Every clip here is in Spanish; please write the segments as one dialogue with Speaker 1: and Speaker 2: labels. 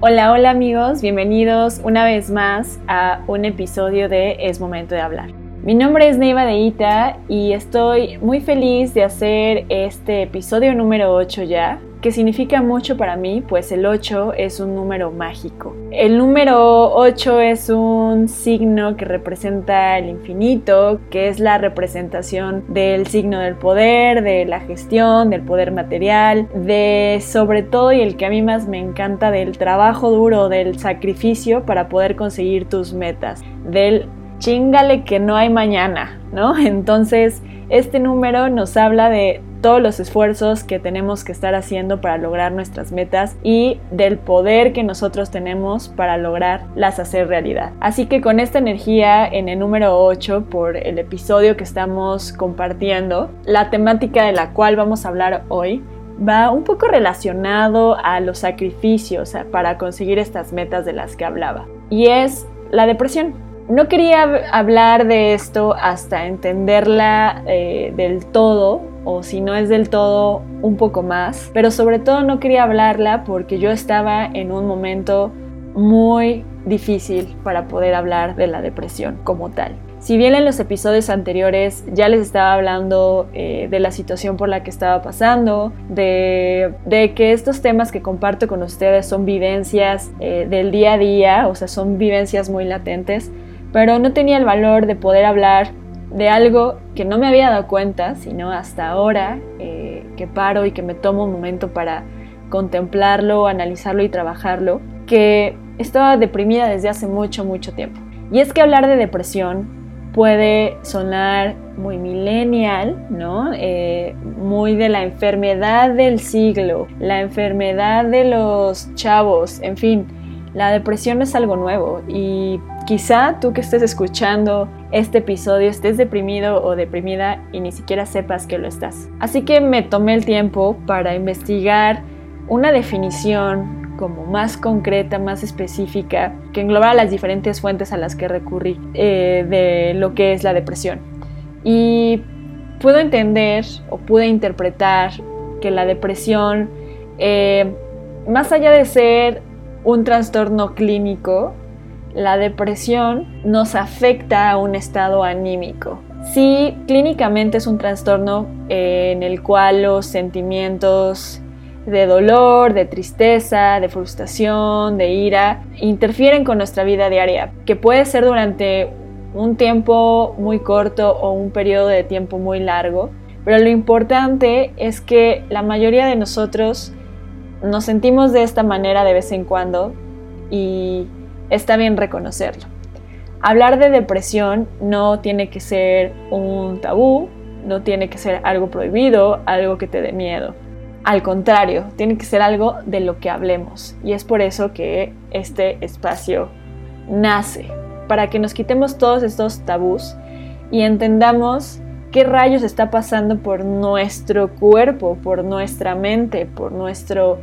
Speaker 1: Hola, hola amigos, bienvenidos una vez más a un episodio de Es Momento de Hablar. Mi nombre es Neiva de Ita y estoy muy feliz de hacer este episodio número 8 ya, que significa mucho para mí, pues el 8 es un número mágico. El número 8 es un signo que representa el infinito, que es la representación del signo del poder, de la gestión, del poder material, de sobre todo, y el que a mí más me encanta, del trabajo duro, del sacrificio para poder conseguir tus metas, del chíngale que no hay mañana, ¿no? Entonces, este número nos habla de todos los esfuerzos que tenemos que estar haciendo para lograr nuestras metas y del poder que nosotros tenemos para lograrlas hacer realidad. Así que con esta energía en el número 8, por el episodio que estamos compartiendo, la temática de la cual vamos a hablar hoy va un poco relacionado a los sacrificios para conseguir estas metas de las que hablaba, y es la depresión. No quería hablar de esto hasta entenderla del todo, o si no es del todo, un poco más, pero sobre todo no quería hablarla porque yo estaba en un momento muy difícil para poder hablar de la depresión como tal. Si bien en los episodios anteriores ya les estaba hablando de la situación por la que estaba pasando, de que estos temas que comparto con ustedes son vivencias del día a día, o sea, son vivencias muy latentes, pero no tenía el valor de poder hablar de algo que no me había dado cuenta, sino hasta ahora que paro y que me tomo un momento para contemplarlo, analizarlo y trabajarlo, que estaba deprimida desde hace mucho tiempo. Y es que hablar de depresión puede sonar muy millennial, ¿no? Muy de la enfermedad del siglo, la enfermedad de los chavos, en fin. La depresión no es algo nuevo y quizá tú que estés escuchando este episodio estés deprimido o deprimida y ni siquiera sepas que lo estás. Así que me tomé el tiempo para investigar una definición como más concreta, más específica, que englobara las diferentes fuentes a las que recurrí de lo que es la depresión. Y puedo entender o pude interpretar que la depresión, más allá de ser un trastorno clínico, la depresión nos afecta a un estado anímico. Sí, clínicamente es un trastorno en el cual los sentimientos de dolor, de tristeza, de frustración, de ira, interfieren con nuestra vida diaria, que puede ser durante un tiempo muy corto o un periodo de tiempo muy largo, pero lo importante es que la mayoría de nosotros nos sentimos de esta manera de vez en cuando y está bien reconocerlo. Hablar de depresión no tiene que ser un tabú, no tiene que ser algo prohibido, algo que te dé miedo. Al contrario, tiene que ser algo de lo que hablemos. Y es por eso que este espacio nace, para que nos quitemos todos estos tabús y entendamos qué rayos está pasando por nuestro cuerpo, por nuestra mente, por nuestro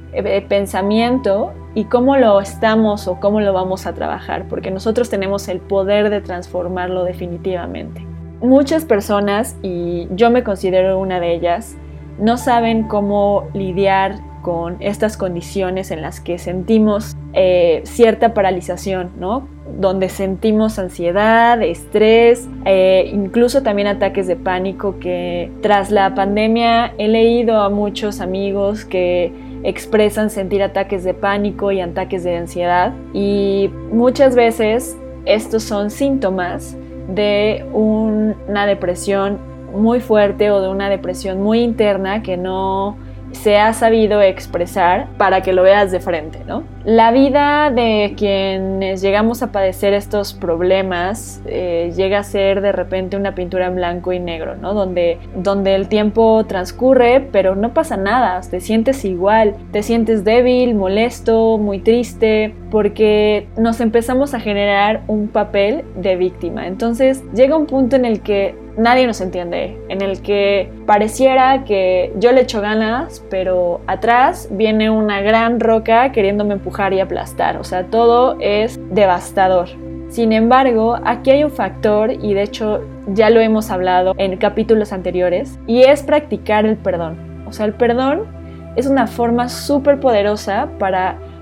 Speaker 1: pensamiento y cómo lo estamos o cómo lo vamos a trabajar, porque nosotros tenemos el poder de transformarlo definitivamente. Muchas personas, y yo me considero una de ellas, no saben cómo lidiar con estas condiciones en las que sentimos cierta paralización, ¿no? Donde sentimos ansiedad, estrés, incluso también ataques de pánico, que tras la pandemia he leído a muchos amigos que expresan sentir ataques de pánico y ataques de ansiedad, y muchas veces estos son síntomas de una depresión muy fuerte o de una depresión muy interna que no se ha sabido expresar para que lo veas de frente, ¿no? La vida de quienes llegamos a padecer estos problemas llega a ser de repente una pintura en blanco y negro, ¿no? Donde el tiempo transcurre, pero no pasa nada, te sientes igual, te sientes débil, molesto, muy triste, porque nos empezamos a generar un papel de víctima. Entonces llega un punto en el que nadie nos entiende, en el que pareciera que yo le echo ganas, pero atrás viene una gran roca queriéndome empujar y aplastar. O sea, todo es devastador. Sin embargo, aquí hay un factor, y de hecho ya lo hemos hablado en capítulos anteriores, y es practicar el perdón. O sea, el perdón es una forma súper poderosa para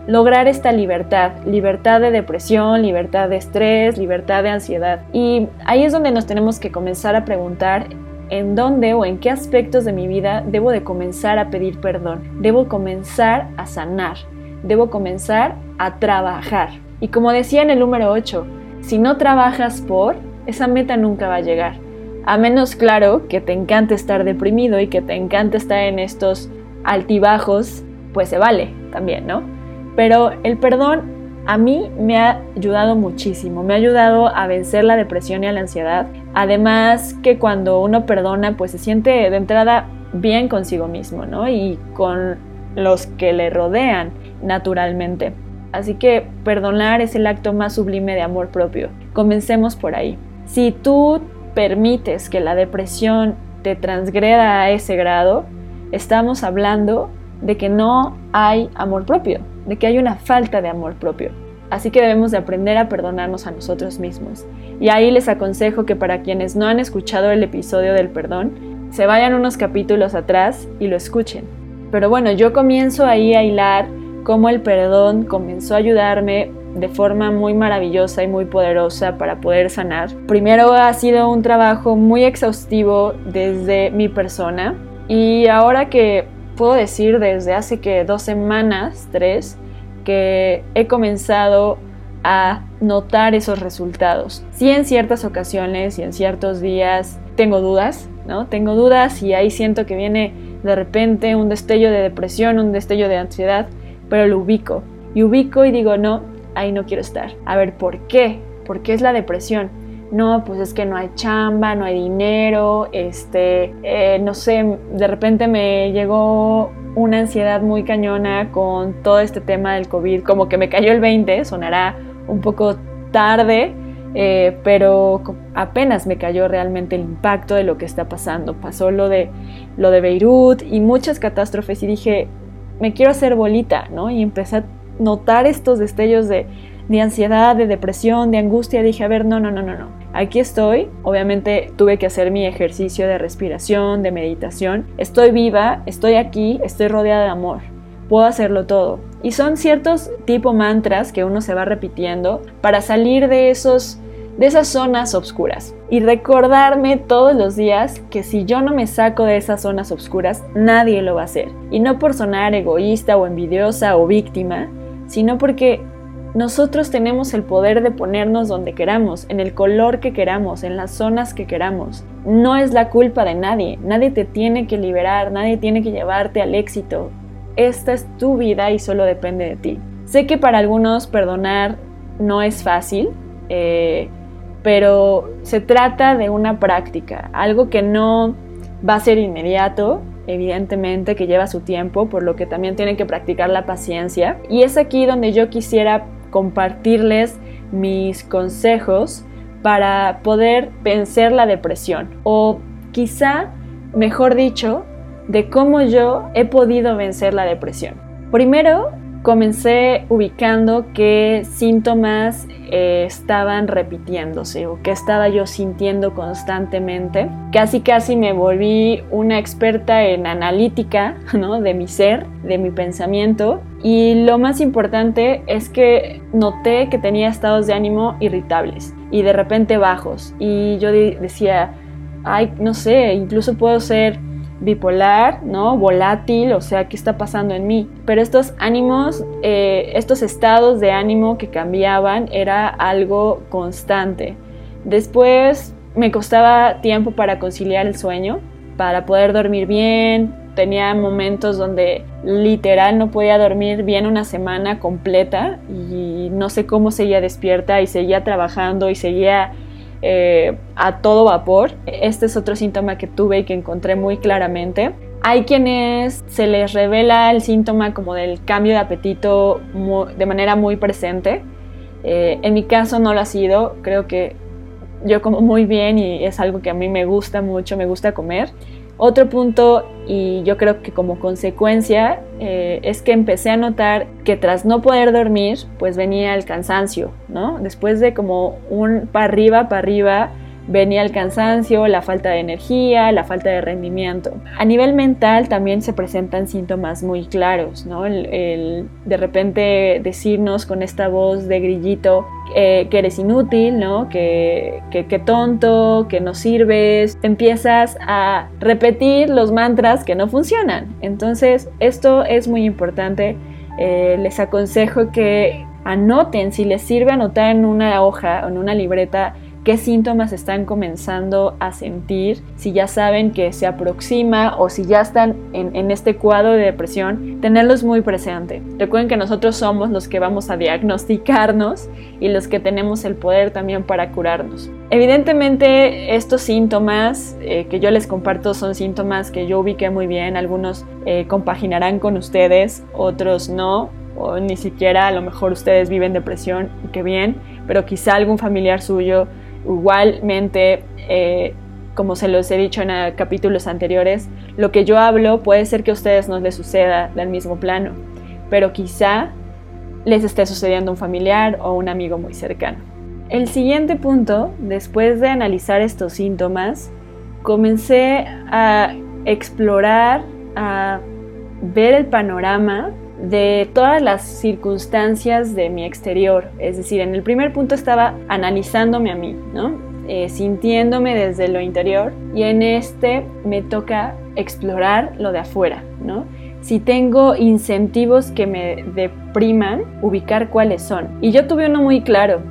Speaker 1: lograr esta libertad de depresión, libertad de estrés, libertad de ansiedad. Y ahí es donde nos tenemos que comenzar a preguntar en dónde o en qué aspectos de mi vida debo de comenzar a pedir perdón, debo comenzar a sanar, debo comenzar a trabajar. Y como decía en el número 8, si no trabajas por, esa meta nunca va a llegar. A menos, claro, que te encante estar deprimido y que te encante estar en estos altibajos, pues se vale también, ¿no? Pero el perdón a mí me ha ayudado muchísimo, me ha ayudado a vencer la depresión y a la ansiedad. Además que cuando uno perdona, pues se siente de entrada bien consigo mismo, ¿no? Y con los que le rodean naturalmente. Así que perdonar es el acto más sublime de amor propio. Comencemos por ahí. Si tú permites que la depresión te transgreda a ese grado, estamos hablando de que no hay amor propio, de que hay una falta de amor propio. Así que debemos de aprender a perdonarnos a nosotros mismos. Y ahí les aconsejo que para quienes no han escuchado el episodio del perdón, se vayan unos capítulos atrás y lo escuchen. Pero bueno, yo comienzo ahí a hilar cómo el perdón comenzó a ayudarme de forma muy maravillosa y muy poderosa para poder sanar. Primero ha sido un trabajo muy exhaustivo desde mi persona y ahora que puedo decir desde hace que 2 semanas, 3, que he comenzado a notar esos resultados. Sí, en ciertas ocasiones y en ciertos días tengo dudas, ¿no? Tengo dudas y ahí siento que viene de repente un destello de depresión, un destello de ansiedad, pero lo ubico. Y ubico y digo, no, ahí no quiero estar. A ver, ¿por qué? ¿Por qué es la depresión? No, pues es que no hay chamba, no hay dinero, no sé, de repente me llegó una ansiedad muy cañona con todo este tema del COVID, como que me cayó el 20, sonará un poco tarde, pero apenas me cayó realmente el impacto de lo que está pasando. Pasó lo de Beirut y muchas catástrofes y dije, me quiero hacer bolita, ¿no? Y empecé a notar estos destellos de ansiedad, de depresión, de angustia. Dije, a ver, no. Aquí estoy, obviamente tuve que hacer mi ejercicio de respiración, de meditación. Estoy viva, estoy aquí, estoy rodeada de amor. Puedo hacerlo todo. Y son ciertos tipo mantras que uno se va repitiendo para salir de esas zonas oscuras. Y recordarme todos los días que si yo no me saco de esas zonas oscuras, nadie lo va a hacer. Y no por sonar egoísta o envidiosa o víctima, sino porque nosotros tenemos el poder de ponernos donde queramos, en el color que queramos, en las zonas que queramos. No es la culpa de nadie. Nadie te tiene que liberar, nadie tiene que llevarte al éxito. Esta es tu vida y solo depende de ti. Sé que para algunos perdonar no es fácil, pero se trata de una práctica, algo que no va a ser inmediato, evidentemente que lleva su tiempo, por lo que también tienen que practicar la paciencia. Y es aquí donde yo quisiera compartirles mis consejos para poder vencer la depresión, o quizá, mejor dicho, de cómo yo he podido vencer la depresión. Primero, comencé ubicando qué síntomas estaban repitiéndose o qué estaba yo sintiendo constantemente. Casi me volví una experta en analítica, ¿no? De mi ser, de mi pensamiento. Y lo más importante es que noté que tenía estados de ánimo irritables y de repente bajos. Y yo decía, ay, no sé, incluso puedo ser bipolar, ¿no? Volátil, o sea, ¿qué está pasando en mí? Pero estos ánimos, estos estados de ánimo que cambiaban era algo constante. Después me costaba tiempo para conciliar el sueño, para poder dormir bien. Tenía momentos donde literal no podía dormir bien una semana completa y no sé cómo seguía despierta y seguía trabajando y seguía a todo vapor. Este es otro síntoma que tuve y que encontré muy claramente. Hay quienes se les revela el síntoma como del cambio de apetito de manera muy presente. En mi caso no lo ha sido. Creo que yo como muy bien y es algo que a mí me gusta mucho, me gusta comer. Otro punto, y yo creo que como consecuencia, es que empecé a notar que tras no poder dormir, pues venía el cansancio, ¿no? Después de como un para arriba, venía el cansancio, la falta de energía, la falta de rendimiento. A nivel mental también se presentan síntomas muy claros, ¿no? El de repente decirnos con esta voz de grillito que eres inútil, ¿no? Que tonto, que no sirves. Empiezas a repetir los mantras que no funcionan. Entonces, esto es muy importante. Les aconsejo que anoten, si les sirve anotar en una hoja o en una libreta qué síntomas están comenzando a sentir, si ya saben que se aproxima o si ya están en este cuadro de depresión, tenerlos muy presente. Recuerden que nosotros somos los que vamos a diagnosticarnos y los que tenemos el poder también para curarnos. Evidentemente estos síntomas que yo les comparto son síntomas que yo ubiqué muy bien, algunos compaginarán con ustedes, otros no, o ni siquiera a lo mejor ustedes viven depresión y qué bien, pero quizá algún familiar suyo igualmente, como se los he dicho en capítulos anteriores, lo que yo hablo puede ser que a ustedes no les suceda del mismo plano, pero quizá les esté sucediendo a un familiar o un amigo muy cercano. El siguiente punto, después de analizar estos síntomas, comencé a explorar, a ver el panorama de todas las circunstancias de mi exterior. Es decir, en el primer punto estaba analizándome a mí, ¿no? Sintiéndome desde lo interior, y en este me toca explorar lo de afuera, ¿no? Si tengo incentivos que me depriman, ubicar cuáles son. Y yo tuve uno muy claro.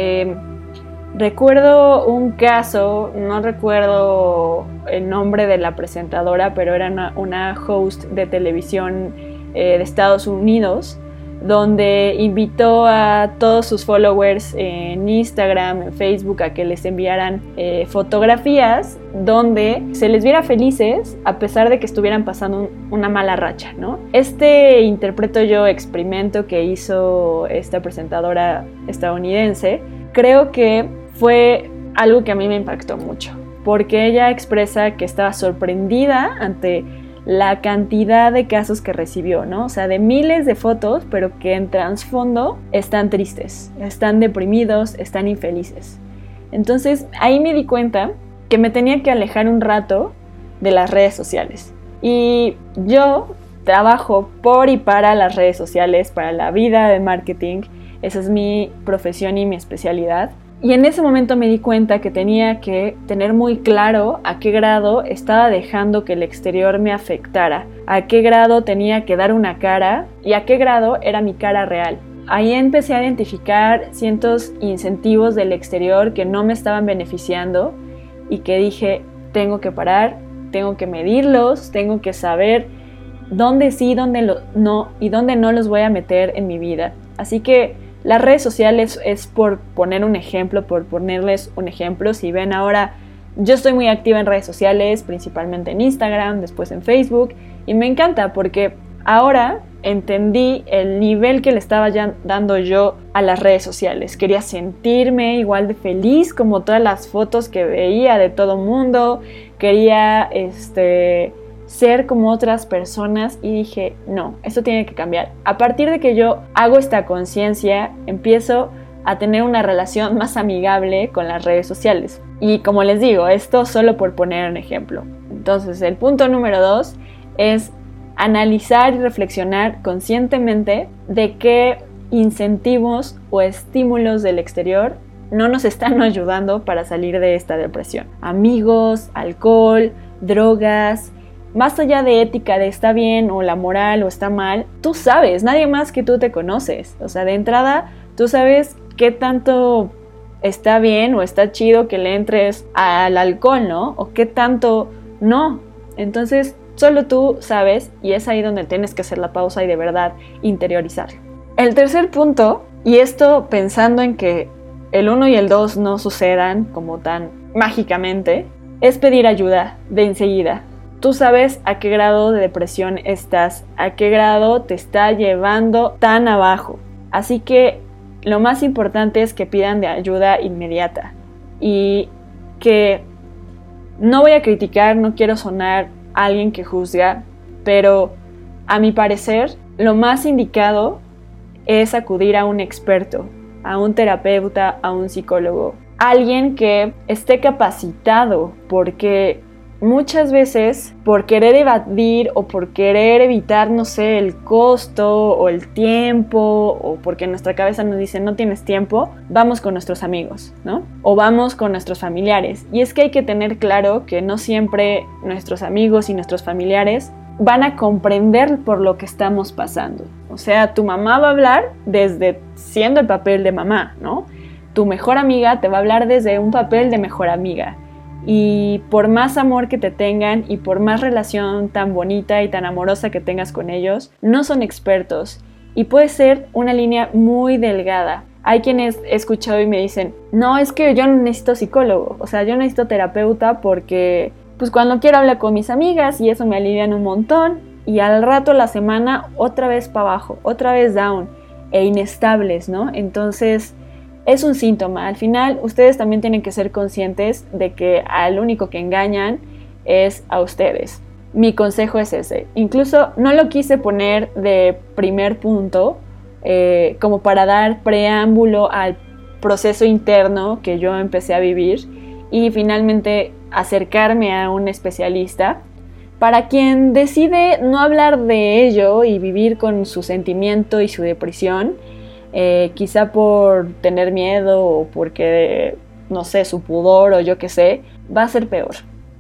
Speaker 1: Recuerdo un caso, no recuerdo el nombre de la presentadora, pero era una host de televisión de Estados Unidos, donde invitó a todos sus followers en Instagram, en Facebook, a que les enviaran fotografías donde se les viera felices a pesar de que estuvieran pasando una mala racha, ¿no? Este interpreto yo experimento que hizo esta presentadora estadounidense, creo que fue algo que a mí me impactó mucho, porque ella expresa que estaba sorprendida ante la cantidad de casos que recibió, ¿no? O sea, de miles de fotos, pero que en trasfondo están tristes, están deprimidos, están infelices. Entonces, ahí me di cuenta que me tenía que alejar un rato de las redes sociales. Y yo trabajo por y para las redes sociales, para la vida de marketing. Esa es mi profesión y mi especialidad. Y en ese momento me di cuenta que tenía que tener muy claro a qué grado estaba dejando que el exterior me afectara, a qué grado tenía que dar una cara y a qué grado era mi cara real. Ahí empecé a identificar ciertos incentivos del exterior que no me estaban beneficiando y que dije, tengo que parar, tengo que medirlos, tengo que saber dónde sí, dónde no y dónde no los voy a meter en mi vida. Así que las redes sociales es por poner un ejemplo, por ponerles un ejemplo. Si ven ahora, yo estoy muy activa en redes sociales, principalmente en Instagram, después en Facebook, y me encanta porque ahora entendí el nivel que le estaba ya dando yo a las redes sociales. Quería sentirme igual de feliz como todas las fotos que veía de todo mundo, quería ser como otras personas, y dije, no, esto tiene que cambiar. A partir de que yo hago esta conciencia, empiezo a tener una relación más amigable con las redes sociales. Y como les digo, esto solo por poner un ejemplo. Entonces, el punto número 2 es analizar y reflexionar conscientemente de qué incentivos o estímulos del exterior no nos están ayudando para salir de esta depresión. Amigos, alcohol, drogas. Más allá de ética, de está bien o la moral o está mal, tú sabes, nadie más que tú te conoces. O sea, de entrada, tú sabes qué tanto está bien o está chido que le entres al alcohol, ¿no? O qué tanto no. Entonces, solo tú sabes, y es ahí donde tienes que hacer la pausa y de verdad interiorizarlo. El tercer punto, y esto pensando en que el 1 y el 2 no sucedan como tan mágicamente, es pedir ayuda de enseguida. Tú sabes a qué grado de depresión estás, a qué grado te está llevando tan abajo. Así que lo más importante es que pidan de ayuda inmediata. Y que no voy a criticar, no quiero sonar alguien que juzga, pero a mi parecer lo más indicado es acudir a un experto, a un terapeuta, a un psicólogo, alguien que esté capacitado, porque muchas veces por querer evadir o por querer evitar, no sé, el costo o el tiempo, o porque nuestra cabeza nos dice no tienes tiempo, vamos con nuestros amigos, ¿no? O vamos con nuestros familiares. Y es que hay que tener claro que no siempre nuestros amigos y nuestros familiares van a comprender por lo que estamos pasando. O sea, tu mamá va a hablar desde siendo el papel de mamá, ¿no? Tu mejor amiga te va a hablar desde un papel de mejor amiga. Y por más amor que te tengan y por más relación tan bonita y tan amorosa que tengas con ellos, no son expertos y puede ser una línea muy delgada. Hay quienes he escuchado y me dicen, no, es que yo no necesito psicólogo, o sea, yo necesito terapeuta porque pues cuando quiero hablar con mis amigas y eso me alivian un montón y al rato la semana otra vez para abajo, otra vez down e inestables, ¿no? Entonces es un síntoma. Al final, ustedes también tienen que ser conscientes de que al único que engañan es a ustedes. Mi consejo es ese. Incluso no lo quise poner de primer punto, como para dar preámbulo al proceso interno que yo empecé a vivir y finalmente acercarme a un especialista. Para quien decide no hablar de ello y vivir con su sentimiento y su depresión, quizá por tener miedo o porque, no sé, su pudor o yo qué sé, va a ser peor.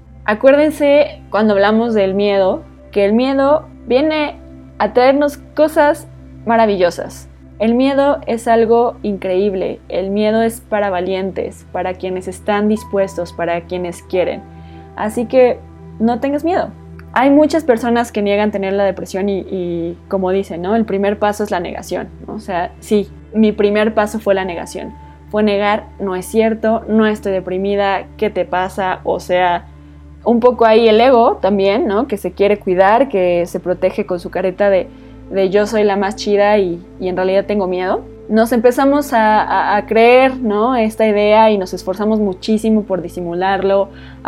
Speaker 1: Acuérdense cuando hablamos del miedo, que el miedo viene a traernos cosas maravillosas. El miedo es algo increíble, el miedo es para valientes, para quienes están dispuestos, para quienes quieren. Así que no tengas miedo. Hay muchas personas que niegan tener la depresión y como dicen, ¿no? El primer paso es la negación, ¿no? O sea, sí, mi primer paso fue la negación. Fue negar, no es cierto, no estoy deprimida, ¿qué te pasa? O sea, un poco ahí el ego también, ¿no? Que se quiere cuidar, que se protege con su careta de yo soy la más chida y en realidad tengo miedo. Nos empezamos a creer, ¿no? Esta idea y nos esforzamos muchísimo por disimularlo,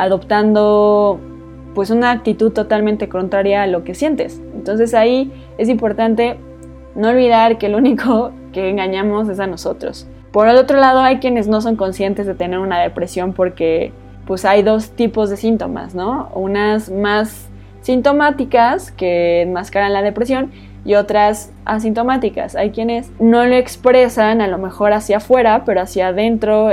Speaker 1: adoptando pues una actitud totalmente contraria a lo que sientes. Entonces ahí es importante no olvidar que lo único que engañamos es a nosotros. Por el otro lado, hay quienes no son conscientes de tener una depresión porque pues hay dos tipos de síntomas, ¿no? Unas más sintomáticas que enmascaran la depresión y otras asintomáticas. Hay quienes no lo expresan a lo mejor hacia afuera, pero hacia adentro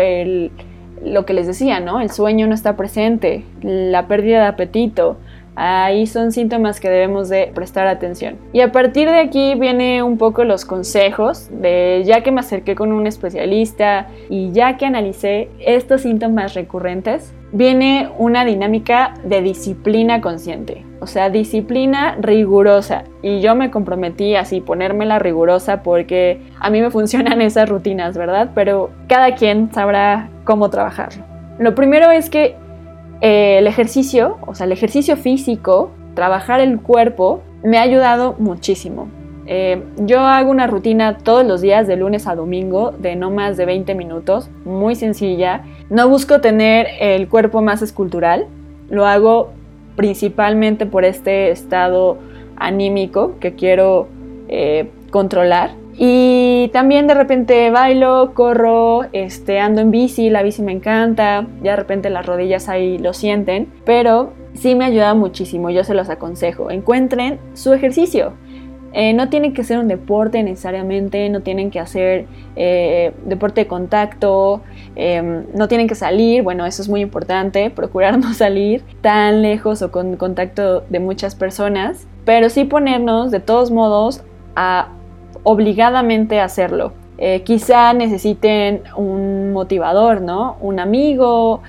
Speaker 1: lo que les decía, ¿no? El sueño no está presente, la pérdida de apetito. Ahí son síntomas que debemos de prestar atención. Y a partir de aquí viene un poco los consejos de ya que me acerqué con un especialista y ya que analicé estos síntomas recurrentes, viene una dinámica de disciplina consciente. O sea, disciplina rigurosa. Y yo me comprometí así, ponérmela rigurosa porque a mí me funcionan esas rutinas, ¿verdad? Pero cada quien sabrá cómo trabajarlo. Lo primero es que el ejercicio, o sea, el ejercicio físico, trabajar el cuerpo, me ha ayudado muchísimo. Yo hago una rutina todos los días de lunes a domingo de no más de 20 minutos, muy sencilla. No busco tener el cuerpo más escultural, lo hago principalmente por este estado anímico que quiero controlar. Y también de repente bailo, corro, ando en bici, la bici me encanta, ya de repente las rodillas ahí lo sienten, pero sí me ayuda muchísimo, yo se los aconsejo. Encuentren su ejercicio. No tienen que ser un deporte necesariamente, no tienen que hacer deporte de contacto, no tienen que salir, bueno, eso es muy importante, procurar no salir tan lejos o con contacto de muchas personas, pero sí ponernos de todos modos a obligadamente hacerlo. Quizá necesiten un motivador, ¿no? Un amigo,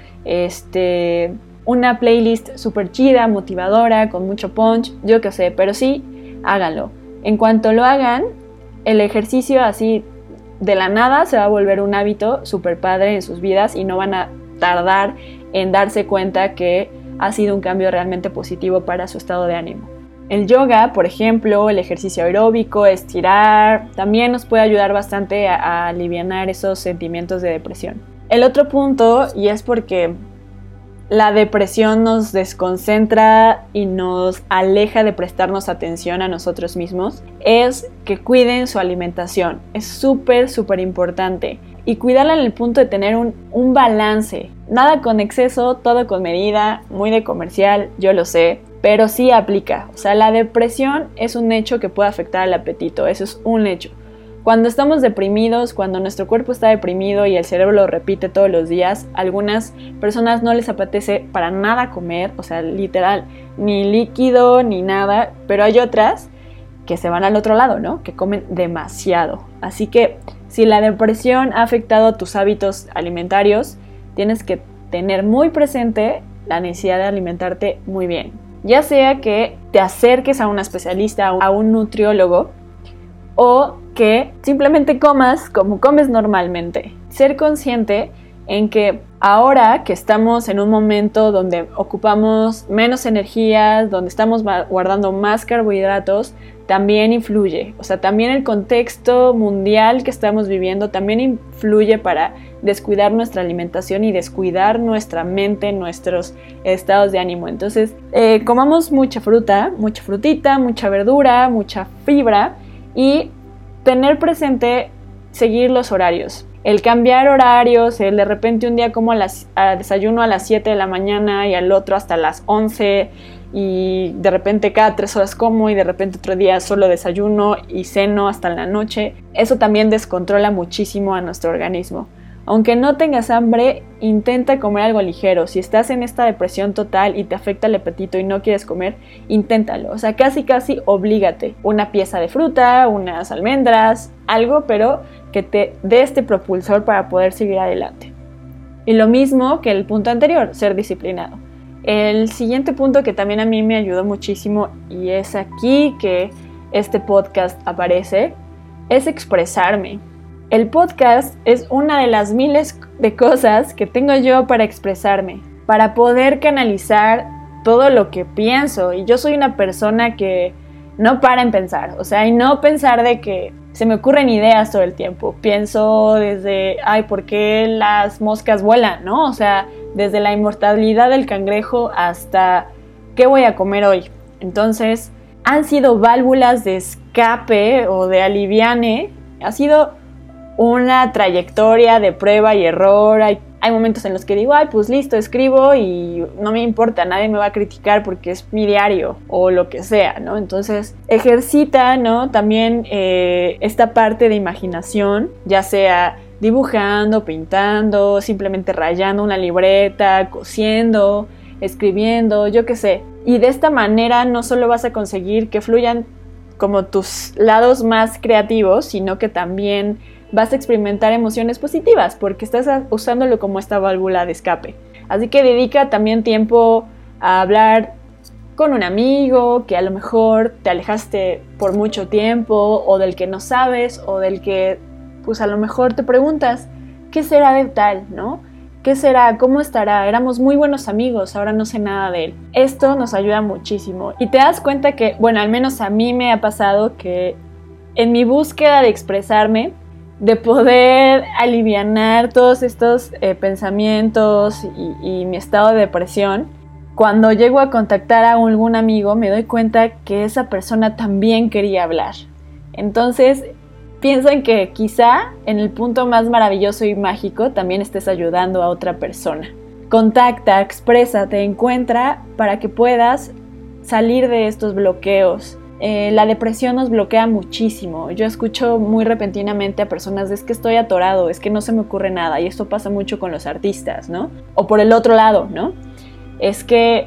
Speaker 1: una playlist súper chida, motivadora, con mucho punch, yo qué sé, pero sí, háganlo. En cuanto lo hagan, el ejercicio así de la nada se va a volver un hábito súper padre en sus vidas y no van a tardar en darse cuenta que ha sido un cambio realmente positivo para su estado de ánimo. El yoga, por ejemplo, el ejercicio aeróbico, estirar, también nos puede ayudar bastante a alivianar esos sentimientos de depresión. El otro punto, y es porque la depresión nos desconcentra y nos aleja de prestarnos atención a nosotros mismos, es que cuiden su alimentación. Es súper, súper importante. y cuidarla en el punto de tener un balance. Nada con exceso, todo con medida, muy de comercial, yo lo sé, pero sí aplica. O sea, la depresión es un hecho que puede afectar al apetito, eso es un hecho. Cuando estamos deprimidos, cuando nuestro cuerpo está deprimido y el cerebro lo repite todos los días, a algunas personas no les apetece para nada comer, o sea, literal, ni líquido ni nada, pero hay otras que se van al otro lado, ¿no? Que comen demasiado. Así que si la depresión ha afectado tus hábitos alimentarios, tienes que tener muy presente la necesidad de alimentarte muy bien. Ya sea que te acerques a un especialista, a un nutriólogo, o que simplemente comas como comes normalmente. Ser consciente en que ahora que estamos en un momento donde ocupamos menos energías, donde estamos guardando más carbohidratos, también influye. O sea, también el contexto mundial que estamos viviendo también influye para descuidar nuestra alimentación y descuidar nuestra mente, nuestros estados de ánimo. Entonces, comamos mucha fruta, mucha frutita, mucha verdura, mucha fibra y tener presente seguir los horarios. El cambiar horarios, el de repente un día como desayuno a las 7 de la mañana y al otro hasta las 11 y de repente cada 3 horas como y de repente otro día solo desayuno y ceno hasta la noche, eso también descontrola muchísimo a nuestro organismo. Aunque no tengas hambre, intenta comer algo ligero. Si estás en esta depresión total y te afecta el apetito y no quieres comer, inténtalo. O sea, casi oblígate. Una pieza de fruta, unas almendras, algo, pero que te dé este propulsor para poder seguir adelante. Y lo mismo que el punto anterior, ser disciplinado. El siguiente punto que también a mí me ayudó muchísimo, y es aquí que este podcast aparece, es expresarme. El podcast es una de las miles de cosas que tengo yo para expresarme, para poder canalizar todo lo que pienso. Y yo soy una persona que no para en pensar, o sea, y no pensar de que se me ocurren ideas todo el tiempo. Pienso desde, ¿por qué las moscas vuelan? ¿No? O sea, desde la inmortalidad del cangrejo hasta ¿qué voy a comer hoy? Entonces, han sido válvulas de escape o de aliviane. Ha sido una trayectoria de prueba y error. Hay momentos en los que digo, pues listo, escribo y no me importa, nadie me va a criticar porque es mi diario o lo que sea, ¿no? Entonces, ejercita, ¿no? También esta parte de imaginación, ya sea dibujando, pintando, simplemente rayando una libreta, cosiendo, escribiendo, yo qué sé. Y de esta manera no solo vas a conseguir que fluyan como tus lados más creativos, sino que también vas a experimentar emociones positivas porque estás usándolo como esta válvula de escape. Así que dedica también tiempo a hablar con un amigo que a lo mejor te alejaste por mucho tiempo, o del que no sabes, o del que pues a lo mejor te preguntas ¿qué será de tal? ¿No? ¿Qué será? ¿Cómo estará? Éramos muy buenos amigos, ahora no sé nada de él. Esto nos ayuda muchísimo y te das cuenta que, bueno, al menos a mí me ha pasado que en mi búsqueda de expresarme, de poder alivianar todos estos pensamientos y mi estado de depresión, cuando llego a contactar a algún amigo me doy cuenta que esa persona también quería hablar. Entonces pienso en que quizá en el punto más maravilloso y mágico también estés ayudando a otra persona. Contacta, exprésate, encuentra para que puedas salir de estos bloqueos. La depresión nos bloquea muchísimo. Yo escucho muy repentinamente a personas, es que estoy atorado, es que no se me ocurre nada, y esto pasa mucho con los artistas, ¿no? O por el otro lado, ¿no? Es que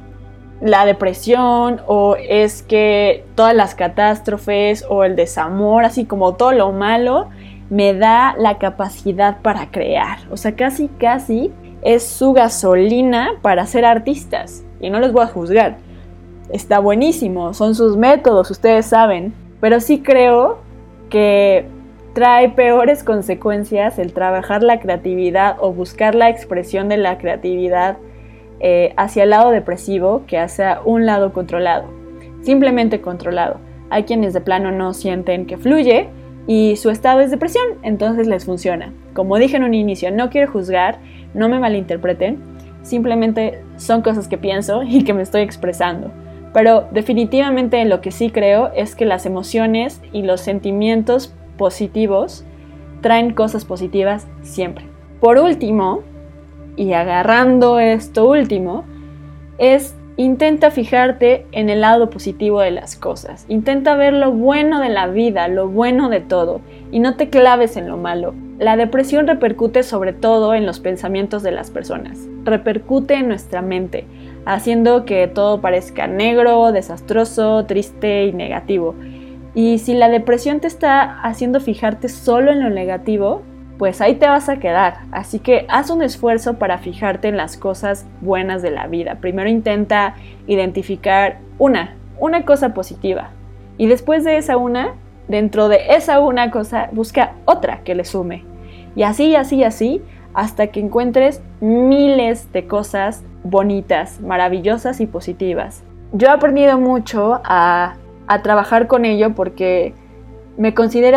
Speaker 1: la depresión, o es que todas las catástrofes o el desamor, así como todo lo malo, me da la capacidad para crear. O sea, casi es su gasolina para ser artistas. Y no les voy a juzgar. Está buenísimo, son sus métodos, ustedes saben. Pero sí creo que trae peores consecuencias el trabajar la creatividad o buscar la expresión de la creatividad hacia el lado depresivo que hacia un lado controlado. Simplemente controlado. Hay quienes de plano no sienten que fluye y su estado es depresión, entonces les funciona. Como dije en un inicio, no quiero juzgar, no me malinterpreten, simplemente son cosas que pienso y que me estoy expresando. Pero definitivamente lo que sí creo es que las emociones y los sentimientos positivos traen cosas positivas siempre. Por último, y agarrando esto último, intenta fijarte en el lado positivo de las cosas. Intenta ver lo bueno de la vida, lo bueno de todo, y no te claves en lo malo. La depresión repercute sobre todo en los pensamientos de las personas. Repercute en nuestra mente, haciendo que todo parezca negro, desastroso, triste y negativo. Y si la depresión te está haciendo fijarte solo en lo negativo, pues ahí te vas a quedar. Así que haz un esfuerzo para fijarte en las cosas buenas de la vida. Primero intenta identificar una cosa positiva. Y después de esa dentro de esa una cosa, busca otra que le sume. Y así, hasta que encuentres miles de cosas bonitas, maravillosas y positivas. Yo he aprendido mucho a trabajar con ello porque me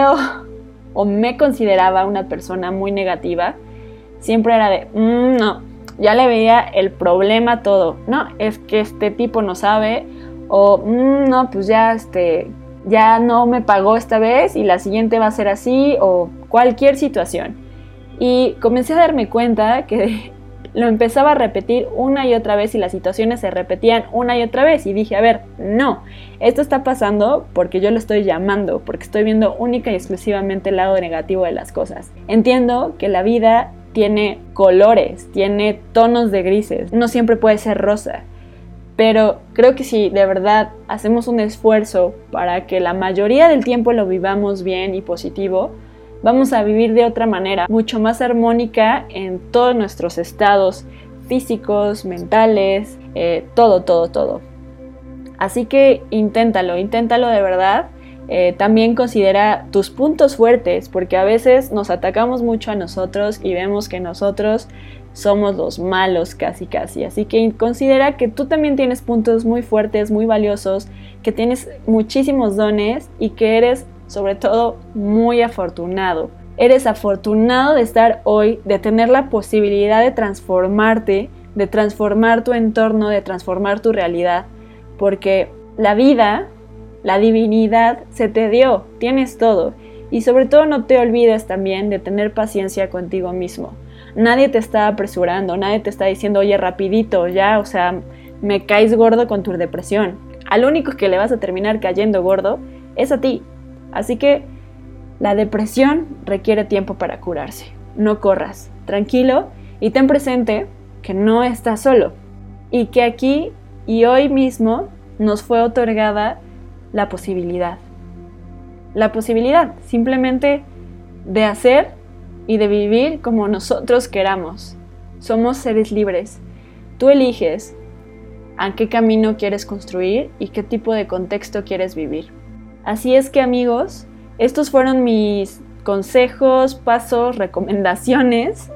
Speaker 1: consideraba una persona muy negativa. Siempre era de, no, ya le veía el problema a todo. No, es que este tipo no sabe, o no, pues ya no me pagó esta vez y la siguiente va a ser así, o cualquier situación. Y comencé a darme cuenta que lo empezaba a repetir una y otra vez y las situaciones se repetían una y otra vez y dije, a ver, no, esto está pasando porque yo lo estoy llamando, porque estoy viendo única y exclusivamente el lado negativo de las cosas. Entiendo que la vida tiene colores, tiene tonos de grises, no siempre puede ser rosa, pero creo que si de verdad hacemos un esfuerzo para que la mayoría del tiempo lo vivamos bien y positivo, vamos a vivir de otra manera, mucho más armónica en todos nuestros estados físicos, mentales, todo. Así que inténtalo de verdad. También considera tus puntos fuertes, porque a veces nos atacamos mucho a nosotros y vemos que nosotros somos los malos casi. Así que considera que tú también tienes puntos muy fuertes, muy valiosos, que tienes muchísimos dones y que eres sobre todo muy afortunado. Eres afortunado de estar hoy, de tener la posibilidad de transformarte, de transformar tu entorno, de transformar tu realidad, porque la vida, la divinidad se te dio, tienes todo. Y sobre todo no te olvides también de tener paciencia contigo mismo. Nadie te está apresurando, nadie te está diciendo, oye, rapidito, ya, o sea, me caes gordo con tu depresión. Al único que le vas a terminar cayendo gordo es a ti. Así que la depresión requiere tiempo para curarse. No corras, tranquilo y ten presente que no estás solo y que aquí y hoy mismo nos fue otorgada la posibilidad simplemente de hacer y de vivir como nosotros queramos. Somos seres libres. Tú eliges a qué camino quieres construir y qué tipo de contexto quieres vivir. Así es que, amigos, estos fueron mis consejos, pasos, recomendaciones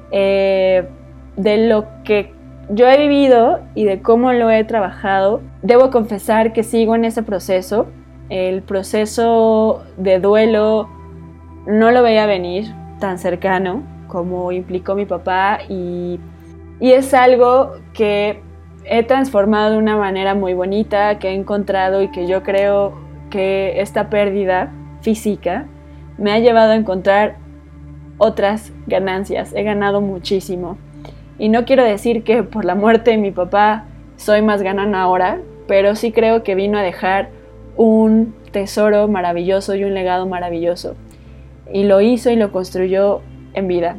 Speaker 1: de lo que yo he vivido y de cómo lo he trabajado. Debo confesar que sigo en ese proceso. El proceso de duelo no lo veía venir tan cercano como implicó mi papá y es algo que he transformado de una manera muy bonita, que he encontrado y que yo creo que esta pérdida física me ha llevado a encontrar otras ganancias. He ganado muchísimo. Y no quiero decir que por la muerte de mi papá soy más ganona ahora, pero sí creo que vino a dejar un tesoro maravilloso y un legado maravilloso. Y lo hizo y lo construyó en vida.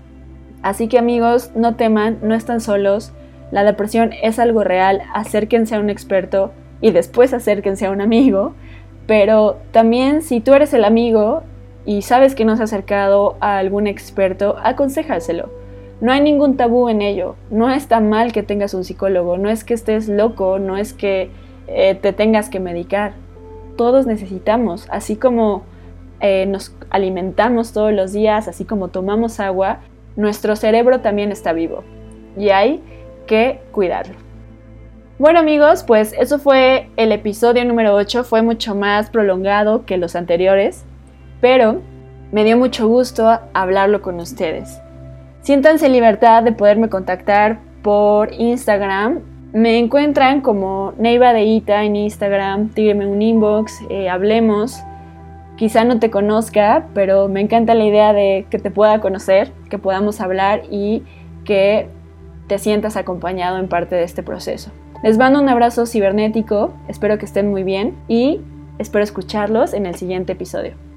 Speaker 1: Así que, amigos, no teman, no están solos. La depresión es algo real. Acérquense a un experto y después acérquense a un amigo. Pero también si tú eres el amigo y sabes que no se ha acercado a algún experto, aconséjaselo. No hay ningún tabú en ello. No está mal que tengas un psicólogo, no es que estés loco, no es que te tengas que medicar. Todos necesitamos, así como nos alimentamos todos los días, así como tomamos agua, nuestro cerebro también está vivo y hay que cuidarlo. Bueno, amigos, pues eso fue el episodio número 8, fue mucho más prolongado que los anteriores, pero me dio mucho gusto hablarlo con ustedes. Siéntanse en libertad de poderme contactar por Instagram. Me encuentran como Neiva de Ita en Instagram, tírenme un inbox, hablemos. quizá no te conozca, pero me encanta la idea de que te pueda conocer, que podamos hablar y que te sientas acompañado en parte de este proceso. Les mando un abrazo cibernético, espero que estén muy bien y espero escucharlos en el siguiente episodio.